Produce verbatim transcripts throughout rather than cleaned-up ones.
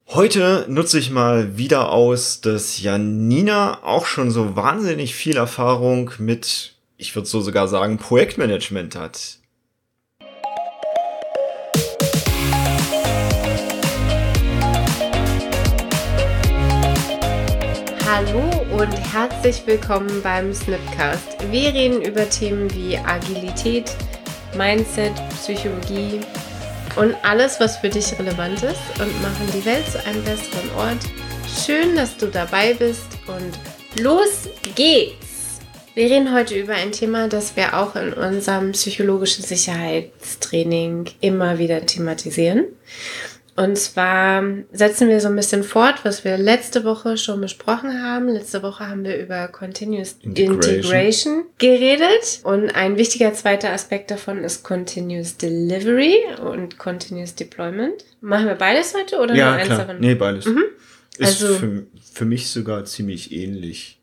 Heute nutze ich mal wieder aus, dass Janina auch schon so wahnsinnig viel Erfahrung mit, ich würde so sogar sagen, Projektmanagement hat. Hallo und herzlich willkommen beim Snipcast. Wir reden über Themen wie Agilität, Mindset, Psychologie und alles, was für dich relevant ist und machen die Welt zu einem besseren Ort. Schön, dass du dabei bist und los geht's! Wir reden heute über ein Thema, das wir auch in unserem psychologischen Sicherheitstraining immer wieder thematisieren. Und zwar setzen wir so ein bisschen fort, was wir letzte Woche schon besprochen haben. Letzte Woche haben wir über Continuous Integration, Integration geredet. Und ein wichtiger zweiter Aspekt davon ist Continuous Delivery und Continuous Deployment. Machen wir beides heute oder ja, nur eins klar. davon? Nee, beides. Mhm. Ist Also, für, für mich sogar ziemlich ähnlich.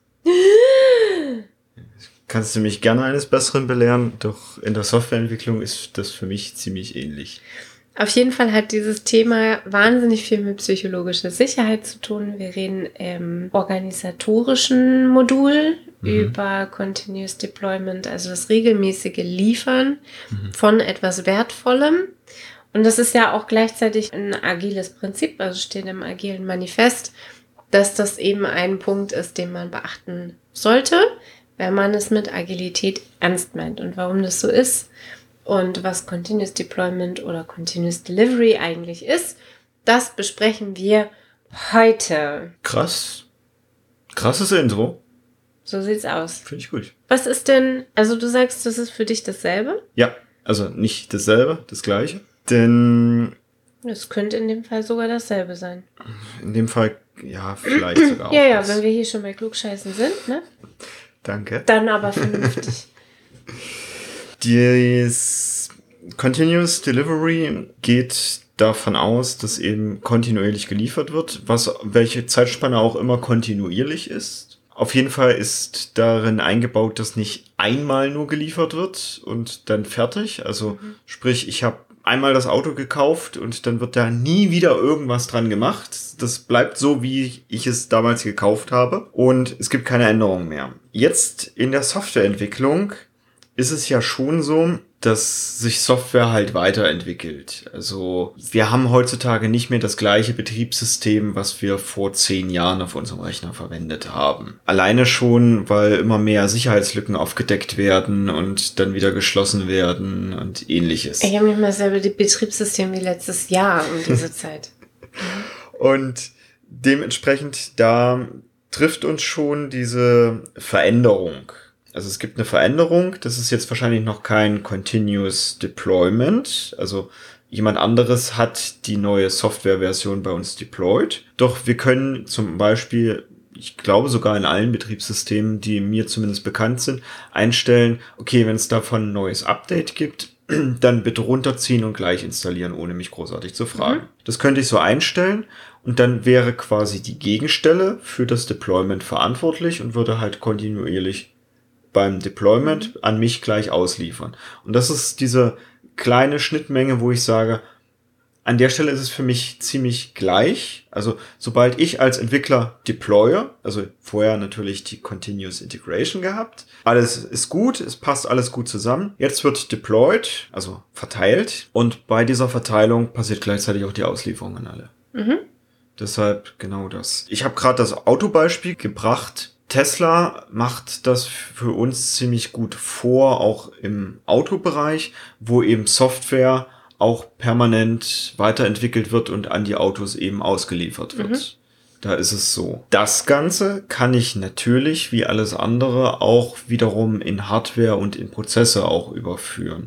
Kannst du mich gerne eines Besseren belehren, doch in der Softwareentwicklung ist das für mich ziemlich ähnlich. Auf jeden Fall hat dieses Thema wahnsinnig viel mit psychologischer Sicherheit zu tun. Wir reden im organisatorischen Modul mhm. über Continuous Deployment, also das regelmäßige Liefern mhm. von etwas Wertvollem. Und das ist ja auch gleichzeitig ein agiles Prinzip, also steht im agilen Manifest, dass das eben ein Punkt ist, den man beachten sollte, wenn man es mit Agilität ernst meint. Und warum das so ist und was Continuous Deployment oder Continuous Delivery eigentlich ist, das besprechen wir heute. Krass. Krasses Intro. So sieht's aus. Finde ich gut. Was ist denn, also du sagst, das ist für dich dasselbe? Ja, also nicht dasselbe, das Gleiche. Denn es könnte in dem Fall sogar dasselbe sein. In dem Fall, ja, vielleicht sogar auch. Ja, ja, das. wenn wir hier schon bei Klugscheißen sind, ne? Danke. Dann aber vernünftig. Das Continuous Delivery geht davon aus, dass eben kontinuierlich geliefert wird, was welche Zeitspanne auch immer kontinuierlich ist. Auf jeden Fall ist darin eingebaut, dass nicht einmal nur geliefert wird und dann fertig. Also mhm. sprich, ich habe einmal das Auto gekauft und dann wird da nie wieder irgendwas dran gemacht. Das bleibt so, wie ich es damals gekauft habe und es gibt keine Änderungen mehr. Jetzt in der Softwareentwicklung ist es ja schon so, dass sich Software halt weiterentwickelt. Also wir haben heutzutage nicht mehr das gleiche Betriebssystem, was wir vor zehn Jahren auf unserem Rechner verwendet haben. Alleine schon, weil immer mehr Sicherheitslücken aufgedeckt werden und dann wieder geschlossen werden und ähnliches. Ich habe nicht mal dasselbe Betriebssystem wie letztes Jahr um diese Zeit. Und dementsprechend, da trifft uns schon diese Veränderung. Also es gibt eine Veränderung, das ist jetzt wahrscheinlich noch kein Continuous Deployment, also jemand anderes hat die neue Softwareversion bei uns deployed, doch wir können zum Beispiel, ich glaube sogar in allen Betriebssystemen, die mir zumindest bekannt sind, einstellen, okay, wenn es davon ein neues Update gibt, dann bitte runterziehen und gleich installieren, ohne mich großartig zu fragen. Mhm. Das könnte ich so einstellen und dann wäre quasi die Gegenstelle für das Deployment verantwortlich und würde halt kontinuierlich beim Deployment an mich gleich ausliefern. Und das ist diese kleine Schnittmenge, wo ich sage, an der Stelle ist es für mich ziemlich gleich. Also sobald ich als Entwickler deploye, also vorher natürlich die Continuous Integration gehabt, alles ist gut, es passt alles gut zusammen. Jetzt wird deployed, also verteilt. Und bei dieser Verteilung passiert gleichzeitig auch die Auslieferung an alle. Mhm. Deshalb genau das. Ich habe gerade das Autobeispiel gebracht. Tesla macht das für uns ziemlich gut vor, auch im Autobereich, wo eben Software auch permanent weiterentwickelt wird und an die Autos eben ausgeliefert wird. Mhm. Da ist es so. Das Ganze kann ich natürlich, wie alles andere, auch wiederum in Hardware und in Prozesse auch überführen.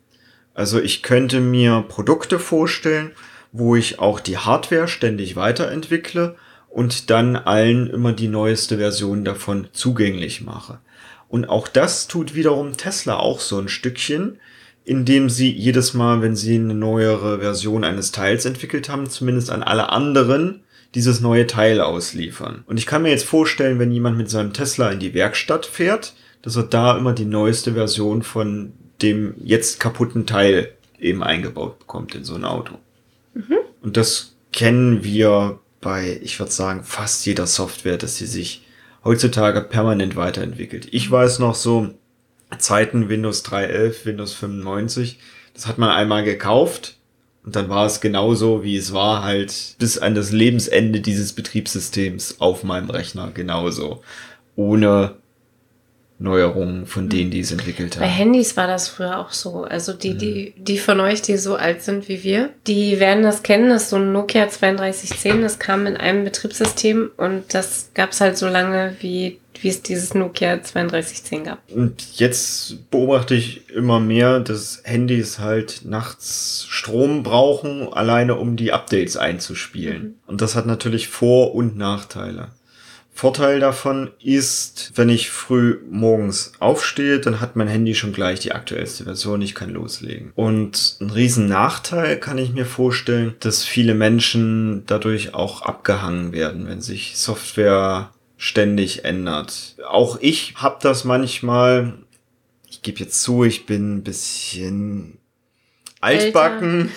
Also ich könnte mir Produkte vorstellen, wo ich auch die Hardware ständig weiterentwickle und dann allen immer die neueste Version davon zugänglich mache. Und auch das tut wiederum Tesla auch so ein Stückchen, indem sie jedes Mal, wenn sie eine neuere Version eines Teils entwickelt haben, zumindest an alle anderen dieses neue Teil ausliefern. Und ich kann mir jetzt vorstellen, wenn jemand mit seinem Tesla in die Werkstatt fährt, dass er da immer die neueste Version von dem jetzt kaputten Teil eben eingebaut bekommt in so ein Auto. Mhm. Und das kennen wir bei, ich würde sagen, fast jeder Software, dass sie sich heutzutage permanent weiterentwickelt. Ich weiß noch so Zeiten Windows drei Punkt elf, Windows fünfundneunzig, das hat man einmal gekauft und dann war es genauso, wie es war, halt bis an das Lebensende dieses Betriebssystems auf meinem Rechner genauso. Ohne Neuerungen von denen, die es entwickelt haben. Bei Handys war das früher auch so. Also die, die, die von euch, die so alt sind wie wir, die werden das kennen, das ist so ein Nokia zweiunddreißig zehn, das kam in einem Betriebssystem und das gab es halt so lange, wie, wie es dieses Nokia zweiunddreißig zehn gab. Und jetzt beobachte ich immer mehr, dass Handys halt nachts Strom brauchen, alleine um die Updates einzuspielen. Mhm. Und das hat natürlich Vor- und Nachteile. Vorteil davon ist, wenn ich früh morgens aufstehe, dann hat mein Handy schon gleich die aktuellste Version, ich kann loslegen. Und ein riesen Nachteil kann ich mir vorstellen, dass viele Menschen dadurch auch abgehangen werden, wenn sich Software ständig ändert. Auch ich habe das manchmal, ich gebe jetzt zu, ich bin ein bisschen altbacken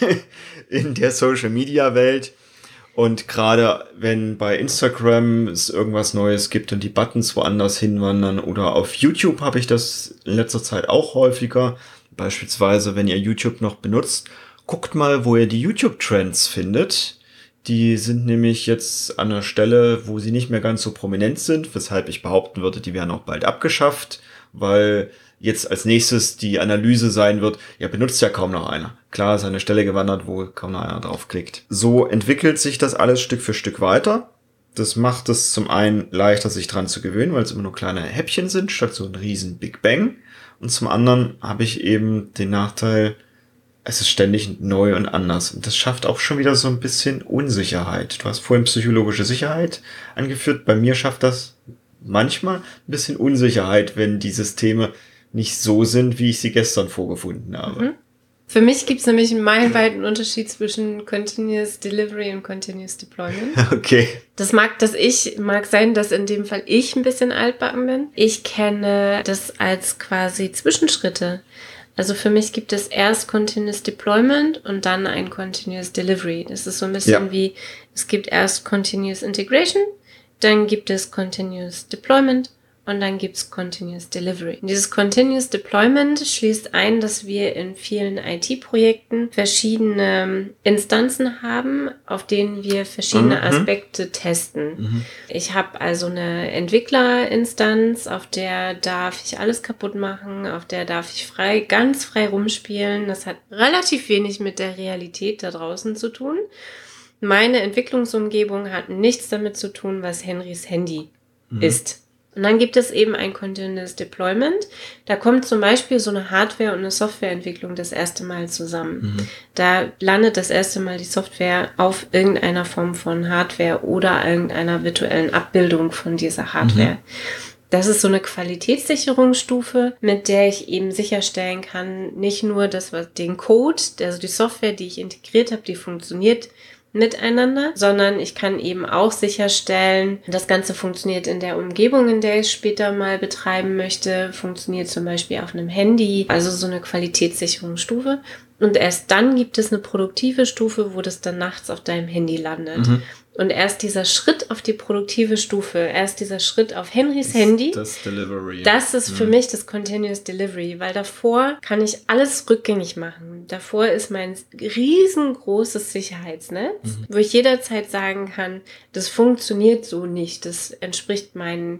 in der Social-Media-Welt. Und gerade wenn bei Instagram es irgendwas Neues gibt und die Buttons woanders hinwandern oder auf YouTube habe ich das in letzter Zeit auch häufiger. Beispielsweise, wenn ihr YouTube noch benutzt, guckt mal, wo ihr die YouTube-Trends findet. Die sind nämlich jetzt an einer Stelle, wo sie nicht mehr ganz so prominent sind, weshalb ich behaupten würde, die werden auch bald abgeschafft, weil jetzt als nächstes die Analyse sein wird, ja, benutzt ja kaum noch einer. Klar ist eine Stelle gewandert, wo kaum noch einer draufklickt. So entwickelt sich das alles Stück für Stück weiter. Das macht es zum einen leichter, sich dran zu gewöhnen, weil es immer nur kleine Häppchen sind, statt so ein riesen Big Bang. Und zum anderen habe ich eben den Nachteil, es ist ständig neu und anders. Und das schafft auch schon wieder so ein bisschen Unsicherheit. Du hast vorhin psychologische Sicherheit angeführt. Bei mir schafft das manchmal ein bisschen Unsicherheit, wenn die Systeme nicht so sind, wie ich sie gestern vorgefunden habe. Mhm. Für mich gibt es nämlich einen meilenweiten Unterschied zwischen Continuous Delivery und Continuous Deployment. Okay. Das mag, dass ich, mag sein, dass in dem Fall ich ein bisschen altbacken bin. Ich kenne das als quasi Zwischenschritte. Also für mich gibt es erst Continuous Deployment und dann ein Continuous Delivery. Das ist so ein bisschen ja. wie, es gibt erst Continuous Integration, dann gibt es Continuous Deployment und dann gibt's Continuous Delivery. Und dieses Continuous Deployment schließt ein, dass wir in vielen I T-Projekten verschiedene Instanzen haben, auf denen wir verschiedene mhm. Aspekte testen. Mhm. Ich habe also eine Entwicklerinstanz, auf der darf ich alles kaputt machen, auf der darf ich frei, ganz frei rumspielen. Das hat relativ wenig mit der Realität da draußen zu tun. Meine Entwicklungsumgebung hat nichts damit zu tun, was Henrys Handy mhm. ist. Und dann gibt es eben ein Continuous Deployment. Da kommt zum Beispiel so eine Hardware- und eine Softwareentwicklung das erste Mal zusammen. Mhm. Da landet das erste Mal die Software auf irgendeiner Form von Hardware oder irgendeiner virtuellen Abbildung von dieser Hardware. Mhm. Das ist so eine Qualitätssicherungsstufe, mit der ich eben sicherstellen kann, nicht nur, dass was den Code, also die Software, die ich integriert habe, die funktioniert miteinander, sondern ich kann eben auch sicherstellen, das Ganze funktioniert in der Umgebung, in der ich es später mal betreiben möchte, funktioniert zum Beispiel auf einem Handy, also so eine Qualitätssicherungsstufe. Und erst dann gibt es eine produktive Stufe, wo das dann nachts auf deinem Handy landet. Mhm. Und erst dieser Schritt auf die produktive Stufe, erst dieser Schritt auf Henrys Handy, das Delivery. Das ist für mhm. mich das Continuous Delivery, weil davor kann ich alles rückgängig machen. Davor ist mein riesengroßes Sicherheitsnetz, mhm. wo ich jederzeit sagen kann, das funktioniert so nicht. Das entspricht meinen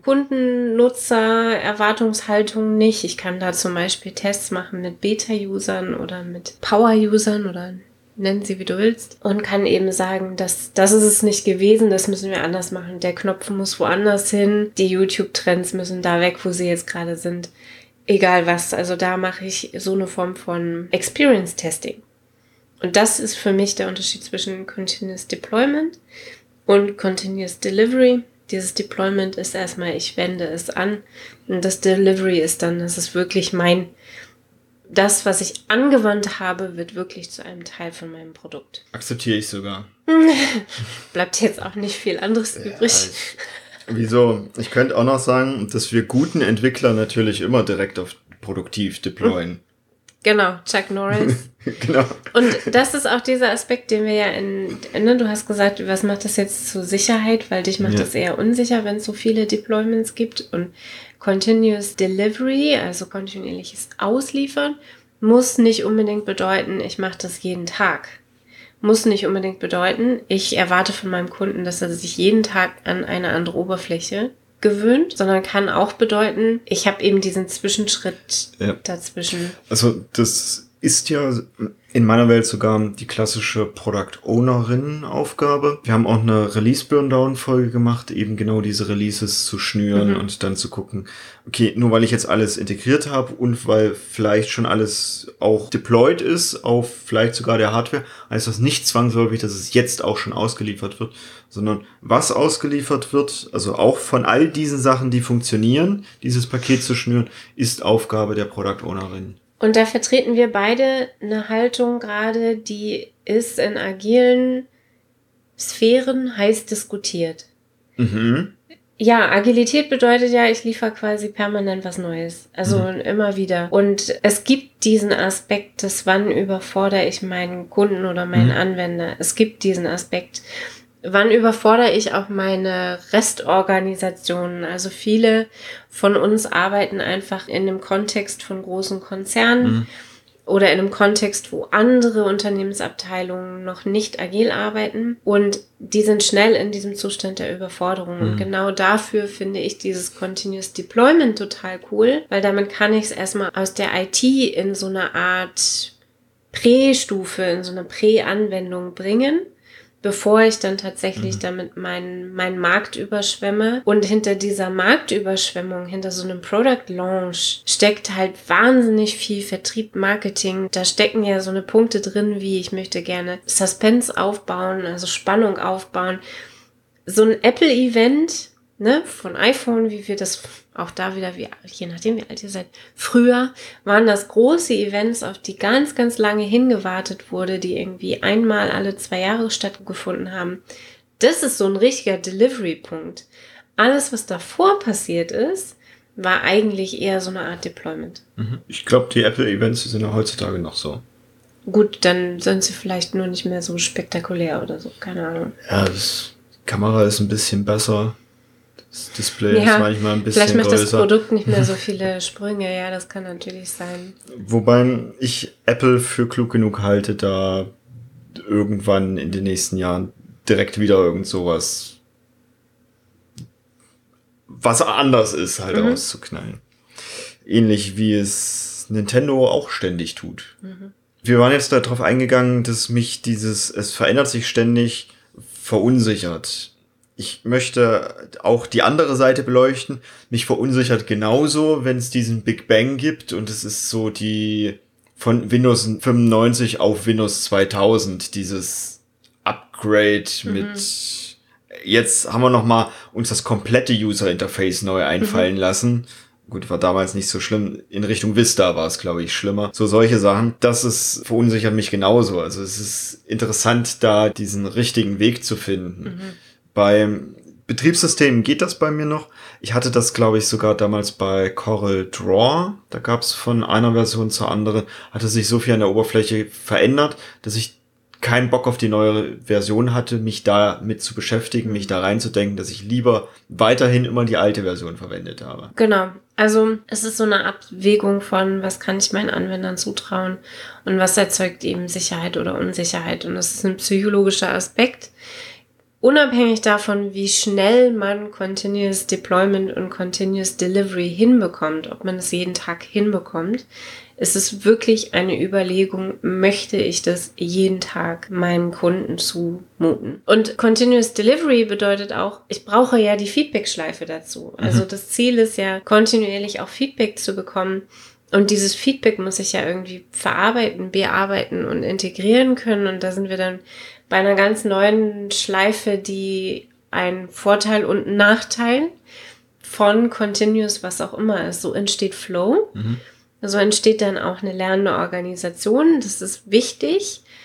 Kundennutzer-Erwartungshaltungen nicht. Ich kann da zum Beispiel Tests machen mit Beta-Usern oder mit Power-Usern oder nennen sie, wie du willst, und kann eben sagen, dass das ist es nicht gewesen, das müssen wir anders machen. Der Knopf muss woanders hin, die YouTube-Trends müssen da weg, wo sie jetzt gerade sind. Egal was, also da mache ich so eine Form von Experience-Testing. Und das ist für mich der Unterschied zwischen Continuous Deployment und Continuous Delivery. Dieses Deployment ist erstmal, ich wende es an, und das Delivery ist dann, das ist wirklich mein Das, was ich angewandt habe, wird wirklich zu einem Teil von meinem Produkt. Akzeptiere ich sogar. Bleibt jetzt auch nicht viel anderes ja, übrig. Ich, wieso? Ich könnte auch noch sagen, dass wir guten Entwickler natürlich immer direkt auf produktiv deployen. Genau, Chuck Norris. Genau. Und das ist auch dieser Aspekt, den wir ja in, ne, du hast gesagt, was macht das jetzt zur Sicherheit, weil dich macht Ja. das eher unsicher, wenn es so viele Deployments gibt. Und Continuous Delivery, also kontinuierliches Ausliefern, muss nicht unbedingt bedeuten, ich mache das jeden Tag. Muss nicht unbedingt bedeuten, ich erwarte von meinem Kunden, dass er sich jeden Tag an eine andere Oberfläche gewöhnt, sondern kann auch bedeuten, ich habe eben diesen Zwischenschritt ja. dazwischen. Also das ist ja in meiner Welt sogar die klassische Product Ownerin Aufgabe. Wir haben auch eine Release Burndown Folge gemacht, eben genau diese Releases zu schnüren mhm. und dann zu gucken, okay, nur weil ich jetzt alles integriert habe und weil vielleicht schon alles auch deployed ist auf vielleicht sogar der Hardware, heißt das nicht zwangsläufig, dass es jetzt auch schon ausgeliefert wird, sondern was ausgeliefert wird, also auch von all diesen Sachen, die funktionieren, dieses Paket zu schnüren, ist Aufgabe der Product Ownerin. Und da vertreten wir beide eine Haltung gerade, die ist in agilen Sphären heiß diskutiert. Mhm. Ja, Agilität bedeutet ja, ich liefere quasi permanent was Neues. Also mhm. immer wieder. Und es gibt diesen Aspekt des, wann überfordere ich meinen Kunden oder meinen mhm. Anwender. Es gibt diesen Aspekt. Wann überfordere ich auch meine Restorganisationen? Also viele von uns arbeiten einfach in einem Kontext von großen Konzernen mhm. oder in einem Kontext, wo andere Unternehmensabteilungen noch nicht agil arbeiten und die sind schnell in diesem Zustand der Überforderung. Mhm. Und genau dafür finde ich dieses Continuous Deployment total cool, weil damit kann ich es erstmal aus der I T in so eine Art Prä-Stufe, in so eine Prä-Anwendung bringen, bevor ich dann tatsächlich mhm. damit meinen meinen Markt überschwemme. Und hinter dieser Marktüberschwemmung, hinter so einem Product Launch steckt halt wahnsinnig viel Vertrieb, Marketing. Da stecken ja so eine Punkte drin, wie ich möchte gerne Suspense aufbauen, also Spannung aufbauen. So ein Apple-Event, ne, von iPhone, wie wir das auch da wieder, wie, je nachdem wie alt ihr seid, früher waren das große Events, auf die ganz, ganz lange hingewartet wurde, die irgendwie einmal alle zwei Jahre stattgefunden haben. Das ist so ein richtiger Delivery-Punkt. Alles, was davor passiert ist, war eigentlich eher so eine Art Deployment. Ich glaube, die Apple-Events sind ja heutzutage noch so. Gut, dann sind sie vielleicht nur nicht mehr so spektakulär oder so, keine Ahnung. Ja, das, die Kamera ist ein bisschen besser. Das Display ja, ist manchmal ein bisschen vielleicht macht größer. Das Produkt nicht mehr so viele Sprünge, ja, das kann natürlich sein. Wobei ich Apple für klug genug halte, da irgendwann in den nächsten Jahren direkt wieder irgend sowas, was anders ist, halt mhm. auszuknallen. Ähnlich wie es Nintendo auch ständig tut. Mhm. Wir waren jetzt darauf eingegangen, dass mich dieses, es verändert sich ständig, verunsichert. Ich möchte auch die andere Seite beleuchten. Mich verunsichert genauso, wenn es diesen Big Bang gibt und es ist so die von Windows fünfundneunzig auf Windows zweitausend, dieses Upgrade mhm. mit jetzt haben wir noch mal uns das komplette User Interface neu einfallen mhm. lassen. Gut, war damals nicht so schlimm. In Richtung Vista war es, glaube ich, schlimmer. So solche Sachen. Das ist, verunsichert mich genauso. Also es ist interessant, da diesen richtigen Weg zu finden. Mhm. Beim Betriebssystem geht das bei mir noch. Ich hatte das, glaube ich, sogar damals bei Corel Draw. Da gab es von einer Version zur anderen, hatte sich so viel an der Oberfläche verändert, dass ich keinen Bock auf die neue Version hatte, mich damit zu beschäftigen, mich da reinzudenken, dass ich lieber weiterhin immer die alte Version verwendet habe. Genau. Also es ist so eine Abwägung von, was kann ich meinen Anwendern zutrauen und was erzeugt eben Sicherheit oder Unsicherheit. Und das ist ein psychologischer Aspekt. Unabhängig davon, wie schnell man Continuous Deployment und Continuous Delivery hinbekommt, ob man es jeden Tag hinbekommt, ist es wirklich eine Überlegung, möchte ich das jeden Tag meinen Kunden zumuten. Und Continuous Delivery bedeutet auch, ich brauche ja die Feedback-Schleife dazu. Also mhm. das Ziel ist ja, kontinuierlich auch Feedback zu bekommen. Und dieses Feedback muss ich ja irgendwie verarbeiten, bearbeiten und integrieren können. Und da sind wir dann bei einer ganz neuen Schleife, die einen Vorteil und einen Nachteil von Continuous, was auch immer ist. So entsteht Flow. Mhm. So entsteht dann auch eine lernende Organisation. Das ist wichtig.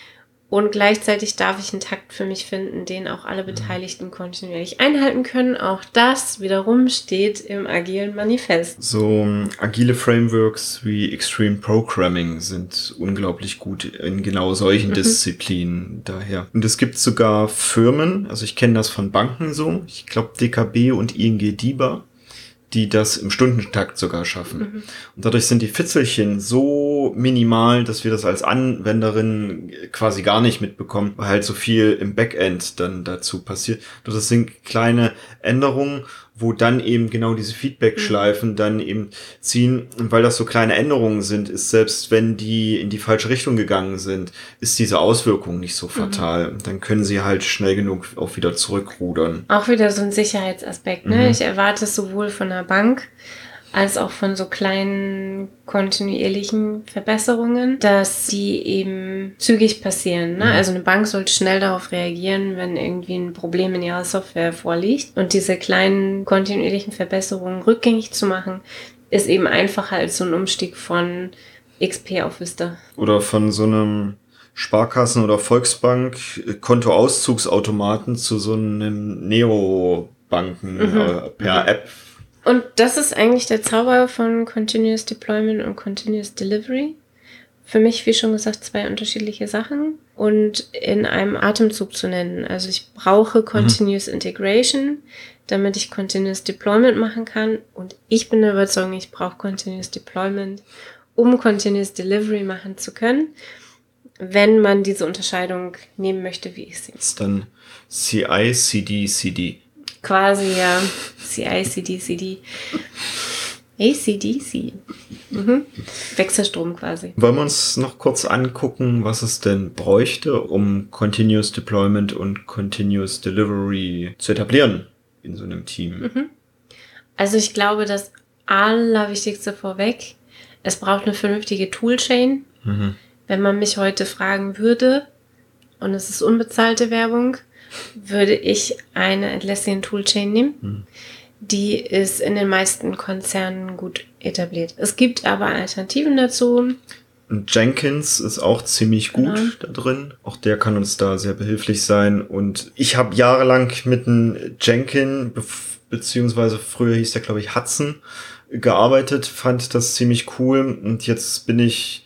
Und gleichzeitig darf ich einen Takt für mich finden, den auch alle Beteiligten kontinuierlich einhalten können. Auch das wiederum steht im agilen Manifest. So um, agile Frameworks wie Extreme Programming sind unglaublich gut in genau solchen mhm. Disziplinen daher. Und es gibt sogar Firmen, also ich kenne das von Banken so, ich glaube D K B und I N G DIBA, die das im Stundentakt sogar schaffen. Mhm. Und dadurch sind die Fitzelchen so minimal, dass wir das als Anwenderin quasi gar nicht mitbekommen, weil halt so viel im Backend dann dazu passiert. Das sind kleine Änderungen, wo dann eben genau diese Feedback-Schleifen mhm. dann eben ziehen. Und weil das so kleine Änderungen sind, ist selbst wenn die in die falsche Richtung gegangen sind, ist diese Auswirkung nicht so fatal. Mhm. Dann können sie halt schnell genug auch wieder zurückrudern. Auch wieder so ein Sicherheitsaspekt, ne? Mhm. Ich erwarte es sowohl von der Bank als auch von so kleinen kontinuierlichen Verbesserungen, dass sie eben zügig passieren. Ne? Mhm. Also eine Bank sollte schnell darauf reagieren, wenn irgendwie ein Problem in ihrer Software vorliegt. Und diese kleinen kontinuierlichen Verbesserungen rückgängig zu machen, ist eben einfacher als so ein Umstieg von X P auf Vista. Oder von so einem Sparkassen- oder Volksbank-Kontoauszugsautomaten zu so einem Neobanken mhm. äh, per mhm. App. Und das ist eigentlich der Zauber von Continuous Deployment und Continuous Delivery. Für mich, wie schon gesagt, zwei unterschiedliche Sachen und in einem Atemzug zu nennen. Also ich brauche Continuous mhm. Integration, damit ich Continuous Deployment machen kann. Und ich bin der Überzeugung, ich brauche Continuous Deployment, um Continuous Delivery machen zu können, wenn man diese Unterscheidung nehmen möchte, wie ich sie. Das ist dann C I, C D, C D. Quasi, ja. C I, C D, C D. A C D C. Mhm. Wechselstrom quasi. Wollen wir uns noch kurz angucken, was es denn bräuchte, um Continuous Deployment und Continuous Delivery zu etablieren in so einem Team? Mhm. Also ich glaube, das Allerwichtigste vorweg, es braucht eine vernünftige Toolchain. Mhm. Wenn man mich heute fragen würde, und es ist unbezahlte Werbung, würde ich eine Atlassian Toolchain nehmen. Hm. Die ist in den meisten Konzernen gut etabliert. Es gibt aber Alternativen dazu. Und Jenkins ist auch ziemlich gut genau. da drin. Auch der kann uns da sehr behilflich sein. Und ich habe jahrelang mit einem Jenkins, be- beziehungsweise früher hieß der, glaube ich, Hudson, gearbeitet, fand das ziemlich cool. Und jetzt bin ich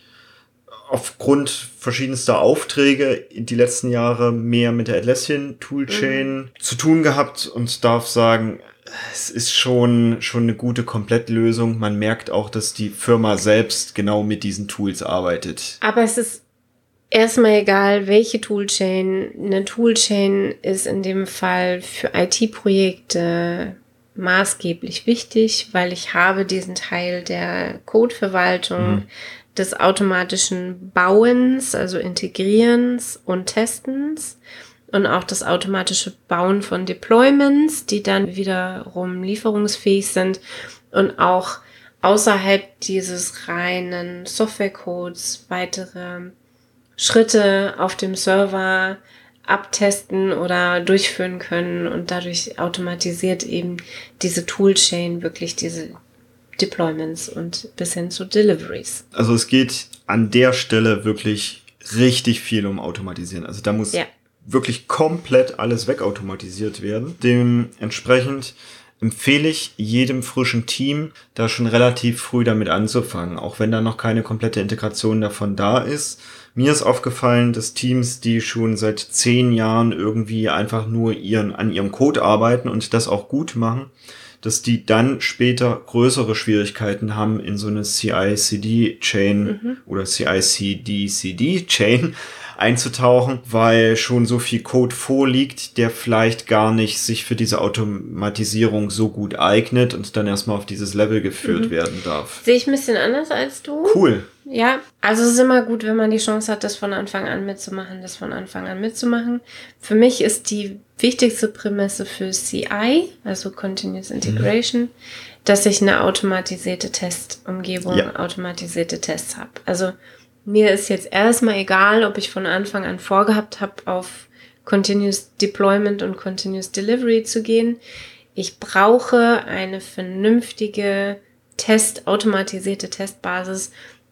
aufgrund verschiedenster Aufträge die letzten Jahre mehr mit der Atlassian Toolchain mhm. zu tun gehabt und darf sagen, es ist schon schon eine gute Komplettlösung. Man merkt auch, dass die Firma selbst genau mit diesen Tools arbeitet. Aber es ist erstmal egal, welche Toolchain. Eine Toolchain ist in dem Fall für I T-Projekte maßgeblich wichtig, weil ich habe diesen Teil der Codeverwaltung, mhm. des automatischen Bauens, also Integrierens und Testens und auch das automatische Bauen von Deployments, die dann wiederum lieferungsfähig sind und auch außerhalb dieses reinen Softwarecodes weitere Schritte auf dem Server abtesten oder durchführen können und dadurch automatisiert eben diese Toolchain wirklich diese Deployments und bis hin zu Deliveries. Also es geht an der Stelle wirklich richtig viel um Automatisieren. Also da muss ja. wirklich komplett alles wegautomatisiert werden. Dementsprechend empfehle ich jedem frischen Team, da schon relativ früh damit anzufangen, auch wenn da noch keine komplette Integration davon da ist. Mir ist aufgefallen, dass Teams, die schon seit zehn Jahren irgendwie einfach nur ihren an ihrem Code arbeiten und das auch gut machen, dass die dann später größere Schwierigkeiten haben, in so eine C I C D-Chain mhm. oder C I C D C D-Chain einzutauchen, weil schon so viel Code vorliegt, der vielleicht gar nicht sich für diese Automatisierung so gut eignet und dann erstmal auf dieses Level geführt mhm. werden darf. Sehe ich ein bisschen anders als du. Cool. Ja, also es ist immer gut, wenn man die Chance hat, das von Anfang an mitzumachen, das von Anfang an mitzumachen. Für mich ist die wichtigste Prämisse für C I, also Continuous Integration, mhm. dass ich eine automatisierte Testumgebung, ja. automatisierte Tests habe. Also mir ist jetzt erstmal egal, ob ich von Anfang an vorgehabt habe, auf Continuous Deployment und Continuous Delivery zu gehen. Ich brauche eine vernünftige Test, automatisierte Testbasis,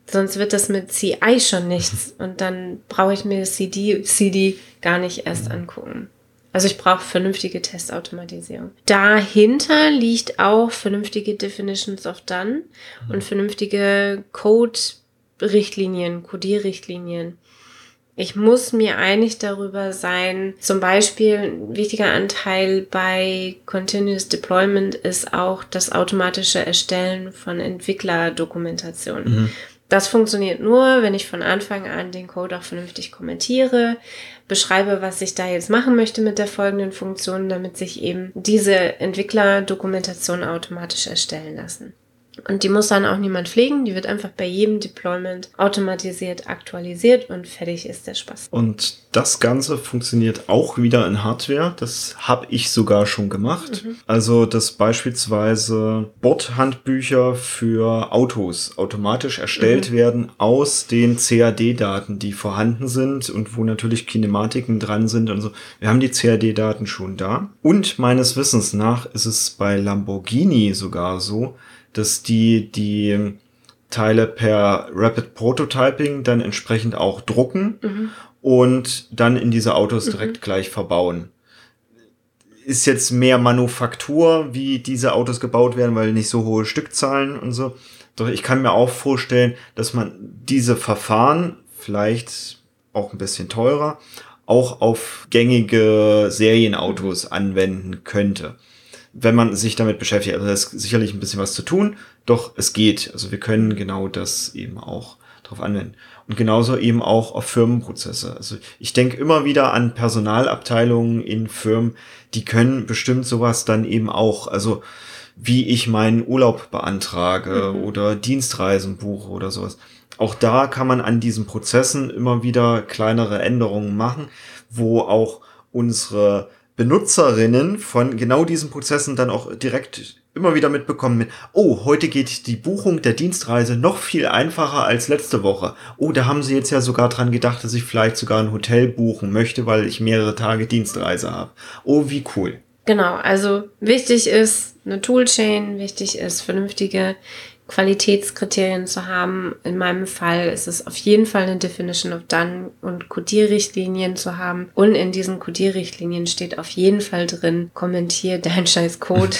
Sonst wird das mit C I schon nichts. Und dann brauche ich mir C D, C D gar nicht erst angucken. Also ich brauche vernünftige Testautomatisierung. Dahinter liegt auch vernünftige Definitions of Done und vernünftige Code-Richtlinien, Codierrichtlinien. Ich muss mir einig darüber sein, zum Beispiel ein wichtiger Anteil bei Continuous Deployment ist auch das automatische Erstellen von Entwicklerdokumentation. Mhm. Das funktioniert nur, wenn ich von Anfang an den Code auch vernünftig kommentiere, beschreibe, was ich da jetzt machen möchte mit der folgenden Funktion, damit sich eben diese Entwicklerdokumentation automatisch erstellen lassen. Und die muss dann auch niemand pflegen, die wird einfach bei jedem Deployment automatisiert aktualisiert und fertig ist der Spaß. Und das Ganze funktioniert auch wieder in Hardware, das habe ich sogar schon gemacht. Mhm. Also, dass beispielsweise Bordhandbücher für Autos automatisch erstellt mhm. werden aus den C A D-Daten, die vorhanden sind und wo natürlich Kinematiken dran sind und so. Wir haben die C A D-Daten schon da. Und meines Wissens nach ist es bei Lamborghini sogar so, dass die die Teile per Rapid Prototyping dann entsprechend auch drucken mhm. und dann in diese Autos mhm. direkt gleich verbauen. Ist jetzt mehr Manufaktur, wie diese Autos gebaut werden, weil nicht so hohe Stückzahlen und so. Doch ich kann mir auch vorstellen, dass man diese Verfahren, vielleicht auch ein bisschen teurer, auch auf gängige Serienautos mhm. anwenden könnte, wenn man sich damit beschäftigt. Also da ist sicherlich ein bisschen was zu tun, doch es geht. Also wir können genau das eben auch drauf anwenden. Und genauso eben auch auf Firmenprozesse. Also ich denke immer wieder an Personalabteilungen in Firmen, die können bestimmt sowas dann eben auch, also wie ich meinen Urlaub beantrage mhm. oder Dienstreisen buche oder sowas. Auch da kann man an diesen Prozessen immer wieder kleinere Änderungen machen, wo auch unsere Benutzerinnen von genau diesen Prozessen dann auch direkt immer wieder mitbekommen mit, oh, heute geht die Buchung der Dienstreise noch viel einfacher als letzte Woche. Oh, da haben sie jetzt ja sogar dran gedacht, dass ich vielleicht sogar ein Hotel buchen möchte, weil ich mehrere Tage Dienstreise habe. Oh, wie cool. Genau, also wichtig ist eine Toolchain, wichtig ist vernünftige Qualitätskriterien zu haben. In meinem Fall ist es auf jeden Fall eine Definition of Done und Codierrichtlinien zu haben. Und in diesen Codierrichtlinien steht auf jeden Fall drin, kommentier deinen scheiß Code.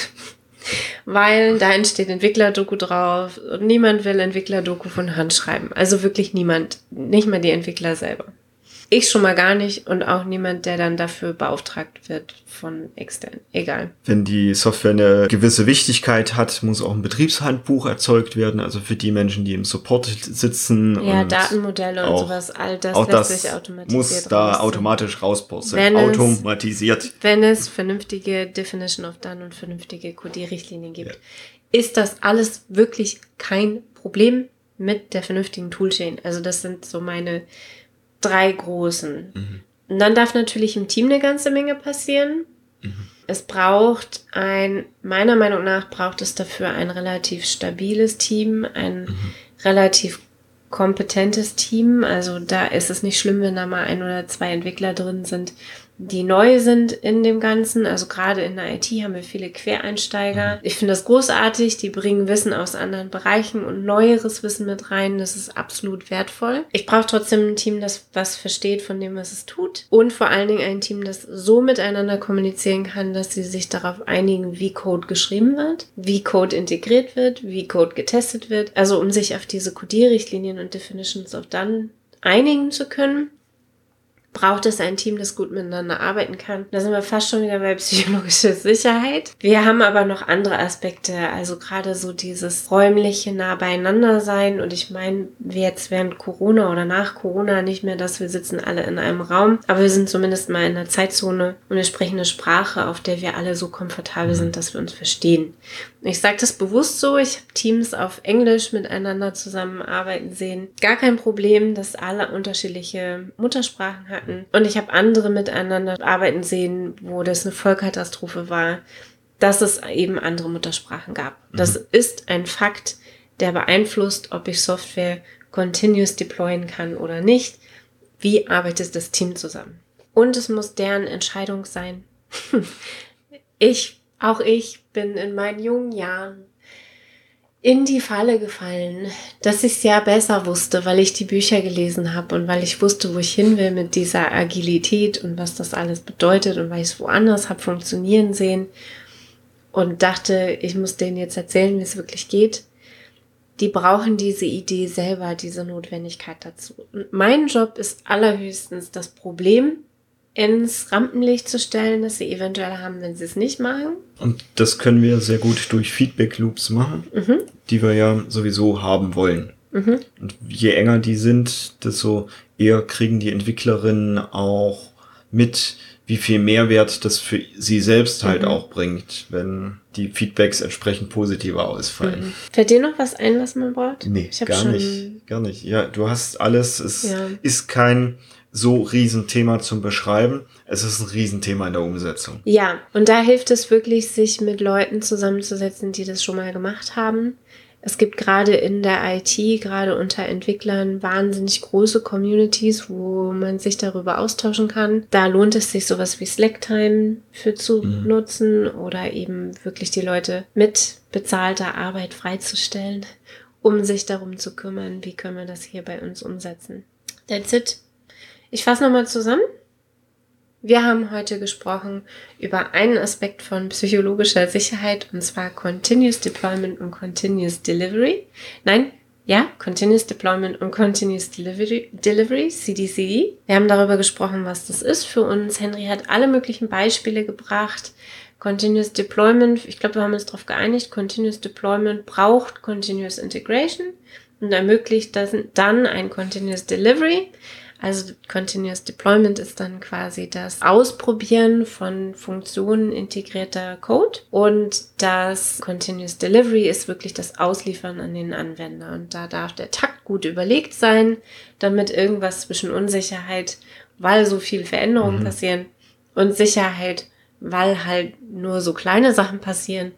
Weil da entsteht Entwicklerdoku drauf und niemand will Entwicklerdoku von Hand schreiben. Also wirklich niemand, nicht mal die Entwickler selber. Ich schon mal gar nicht und auch niemand, der dann dafür beauftragt wird von extern. Egal. Wenn die Software eine gewisse Wichtigkeit hat, muss auch ein Betriebshandbuch erzeugt werden. Also für die Menschen, die im Support sitzen. Ja, und Datenmodelle und sowas. All das auch lässt das sich automatisiert muss da rausziehen. Automatisch rauspurzeln. Wenn automatisiert. Es, wenn es vernünftige Definition of Done und vernünftige Codierrichtlinien gibt, ja. ist das alles wirklich kein Problem mit der vernünftigen Toolchain. Also das sind so meine drei großen. Mhm. Und dann darf natürlich im Team eine ganze Menge passieren. Mhm. Es braucht ein, meiner Meinung nach braucht es dafür ein relativ stabiles Team, ein mhm. relativ kompetentes Team. Also da ist es nicht schlimm, wenn da mal ein oder zwei Entwickler drin sind, die neu sind in dem Ganzen. Also gerade in der I T haben wir viele Quereinsteiger. Mhm. Ich finde das großartig. Die bringen Wissen aus anderen Bereichen und neueres Wissen mit rein. Das ist absolut wertvoll. Ich brauche trotzdem ein Team, das was versteht von dem, was es tut. Und vor allen Dingen ein Team, das so miteinander kommunizieren kann, dass sie sich darauf einigen, wie Code geschrieben wird, wie Code integriert wird, wie Code getestet wird. Also um sich auf diese Codierrichtlinien und Definitions of Done einigen zu können, braucht es ein Team, das gut miteinander arbeiten kann. Da sind wir fast schon wieder bei psychologischer Sicherheit. Wir haben aber noch andere Aspekte, also gerade so dieses räumliche nah beieinander sein. Und ich meine, jetzt während Corona oder nach Corona nicht mehr, dass wir sitzen alle in einem Raum, aber wir sind zumindest mal in einer Zeitzone und wir sprechen eine Sprache, auf der wir alle so komfortabel sind, dass wir uns verstehen. Ich sage das bewusst so, ich habe Teams auf Englisch miteinander zusammenarbeiten sehen. Gar kein Problem, dass alle unterschiedliche Muttersprachen hatten. Und ich habe andere miteinander arbeiten sehen, wo das eine Vollkatastrophe war, dass es eben andere Muttersprachen gab. Mhm. Das ist ein Fakt, der beeinflusst, ob ich Software continuous deployen kann oder nicht. Wie arbeitet das Team zusammen? Und es muss deren Entscheidung sein. ich Auch ich bin in meinen jungen Jahren in die Falle gefallen, dass ich es ja besser wusste, weil ich die Bücher gelesen habe und weil ich wusste, wo ich hin will mit dieser Agilität und was das alles bedeutet und weil ich es woanders habe funktionieren sehen und dachte, ich muss denen jetzt erzählen, wie es wirklich geht. Die brauchen diese Idee selber, diese Notwendigkeit dazu. Und mein Job ist allerhöchstens, das Problem ins Rampenlicht zu stellen, das sie eventuell haben, wenn sie es nicht machen. Und das können wir sehr gut durch Feedback-Loops machen, mhm. die wir ja sowieso haben wollen. Mhm. Und je enger die sind, desto eher kriegen die Entwicklerinnen auch mit, wie viel Mehrwert das für sie selbst halt mhm. auch bringt, wenn die Feedbacks entsprechend positiver ausfallen. Mhm. Fällt dir noch was ein, was man braucht? Nee, ich gar nicht. Gar nicht. Ja, du hast alles. Es ja. ist kein so Riesenthema zum Beschreiben. Es ist ein Riesenthema in der Umsetzung. Ja, und da hilft es wirklich, sich mit Leuten zusammenzusetzen, die das schon mal gemacht haben. Es gibt gerade in der I T, gerade unter Entwicklern, wahnsinnig große Communities, wo man sich darüber austauschen kann. Da lohnt es sich, sowas wie Slacktime für zu mhm. nutzen oder eben wirklich die Leute mit bezahlter Arbeit freizustellen, um sich darum zu kümmern, wie können wir das hier bei uns umsetzen. That's it. Ich fasse nochmal zusammen. Wir haben heute gesprochen über einen Aspekt von psychologischer Sicherheit, und zwar Continuous Deployment und Continuous Delivery. Nein, ja, Continuous Deployment und Continuous Delivery, Delivery, C D C D. Wir haben darüber gesprochen, was das ist für uns. Henry hat alle möglichen Beispiele gebracht. Continuous Deployment, ich glaube, wir haben uns darauf geeinigt, Continuous Deployment braucht Continuous Integration und ermöglicht das dann ein Continuous Delivery. Also Continuous Deployment ist dann quasi das Ausprobieren von Funktionen integrierter Code und das Continuous Delivery ist wirklich das Ausliefern an den Anwender. Und da darf der Takt gut überlegt sein, damit irgendwas zwischen Unsicherheit, weil so viel Veränderungen mhm. passieren, und Sicherheit, weil halt nur so kleine Sachen passieren,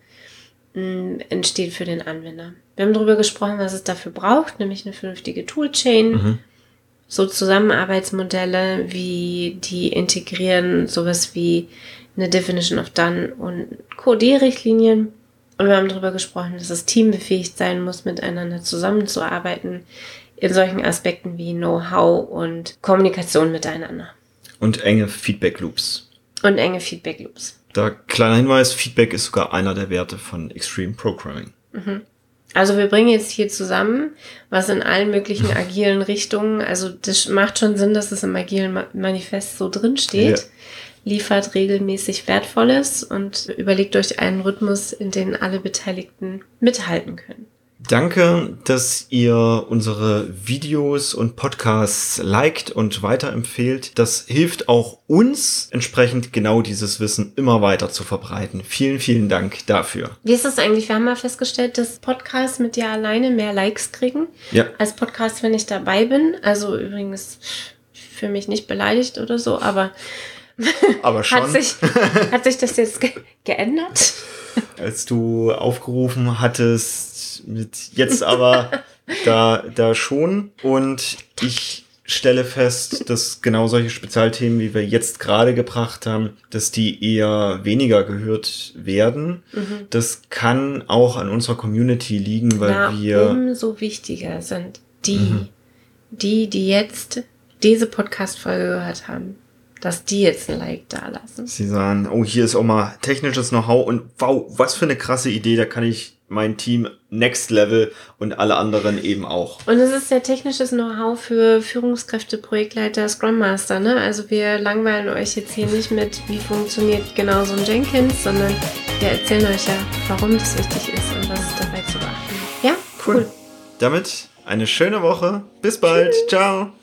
mh, entsteht für den Anwender. Wir haben darüber gesprochen, was es dafür braucht, nämlich eine vernünftige Toolchain, mhm. so Zusammenarbeitsmodelle, wie die integrieren, sowas wie eine Definition of Done und C O D-Richtlinien. Und wir haben darüber gesprochen, dass das Team befähigt sein muss, miteinander zusammenzuarbeiten in solchen Aspekten wie Know-how und Kommunikation miteinander. Und enge Feedback-Loops. Und enge Feedback-Loops. Da kleiner Hinweis, Feedback ist sogar einer der Werte von Extreme Programming. Mhm. Also wir bringen jetzt hier zusammen, was in allen möglichen agilen Richtungen, also das macht schon Sinn, dass es im agilen Manifest so drin steht, ja. Liefert regelmäßig Wertvolles und überlegt euch einen Rhythmus, in den alle Beteiligten mithalten können. Danke, dass ihr unsere Videos und Podcasts liked und weiterempfehlt. Das hilft auch uns, entsprechend genau dieses Wissen immer weiter zu verbreiten. Vielen, vielen Dank dafür. Wie ist das eigentlich? Wir haben mal festgestellt, dass Podcasts mit dir alleine mehr Likes kriegen, ja. als Podcasts, wenn ich dabei bin. Also übrigens für mich nicht beleidigt oder so, aber, aber schon. hat sich, hat sich das jetzt ge- geändert? Als du aufgerufen hattest, mit jetzt aber da, da schon. Und ich stelle fest, dass genau solche Spezialthemen, wie wir jetzt gerade gebracht haben, dass die eher weniger gehört werden. Mhm. Das kann auch an unserer Community liegen, weil Na, wir... umso wichtiger sind die, mhm. die, die jetzt diese Podcast-Folge gehört haben, dass die jetzt ein Like da lassen. Sie sagen, oh, hier ist auch mal technisches Know-how und wow, was für eine krasse Idee, da kann ich mein Team Next Level und alle anderen eben auch. Und es ist ja technisches Know-how für Führungskräfte, Projektleiter, Scrum Master, ne? Also wir langweilen euch jetzt hier nicht mit, wie funktioniert genau so ein Jenkins, sondern wir erzählen euch ja, warum das wichtig ist und was es dabei zu beachten. Ja, cool. cool. Damit eine schöne Woche. Bis bald. Tschüss. Ciao.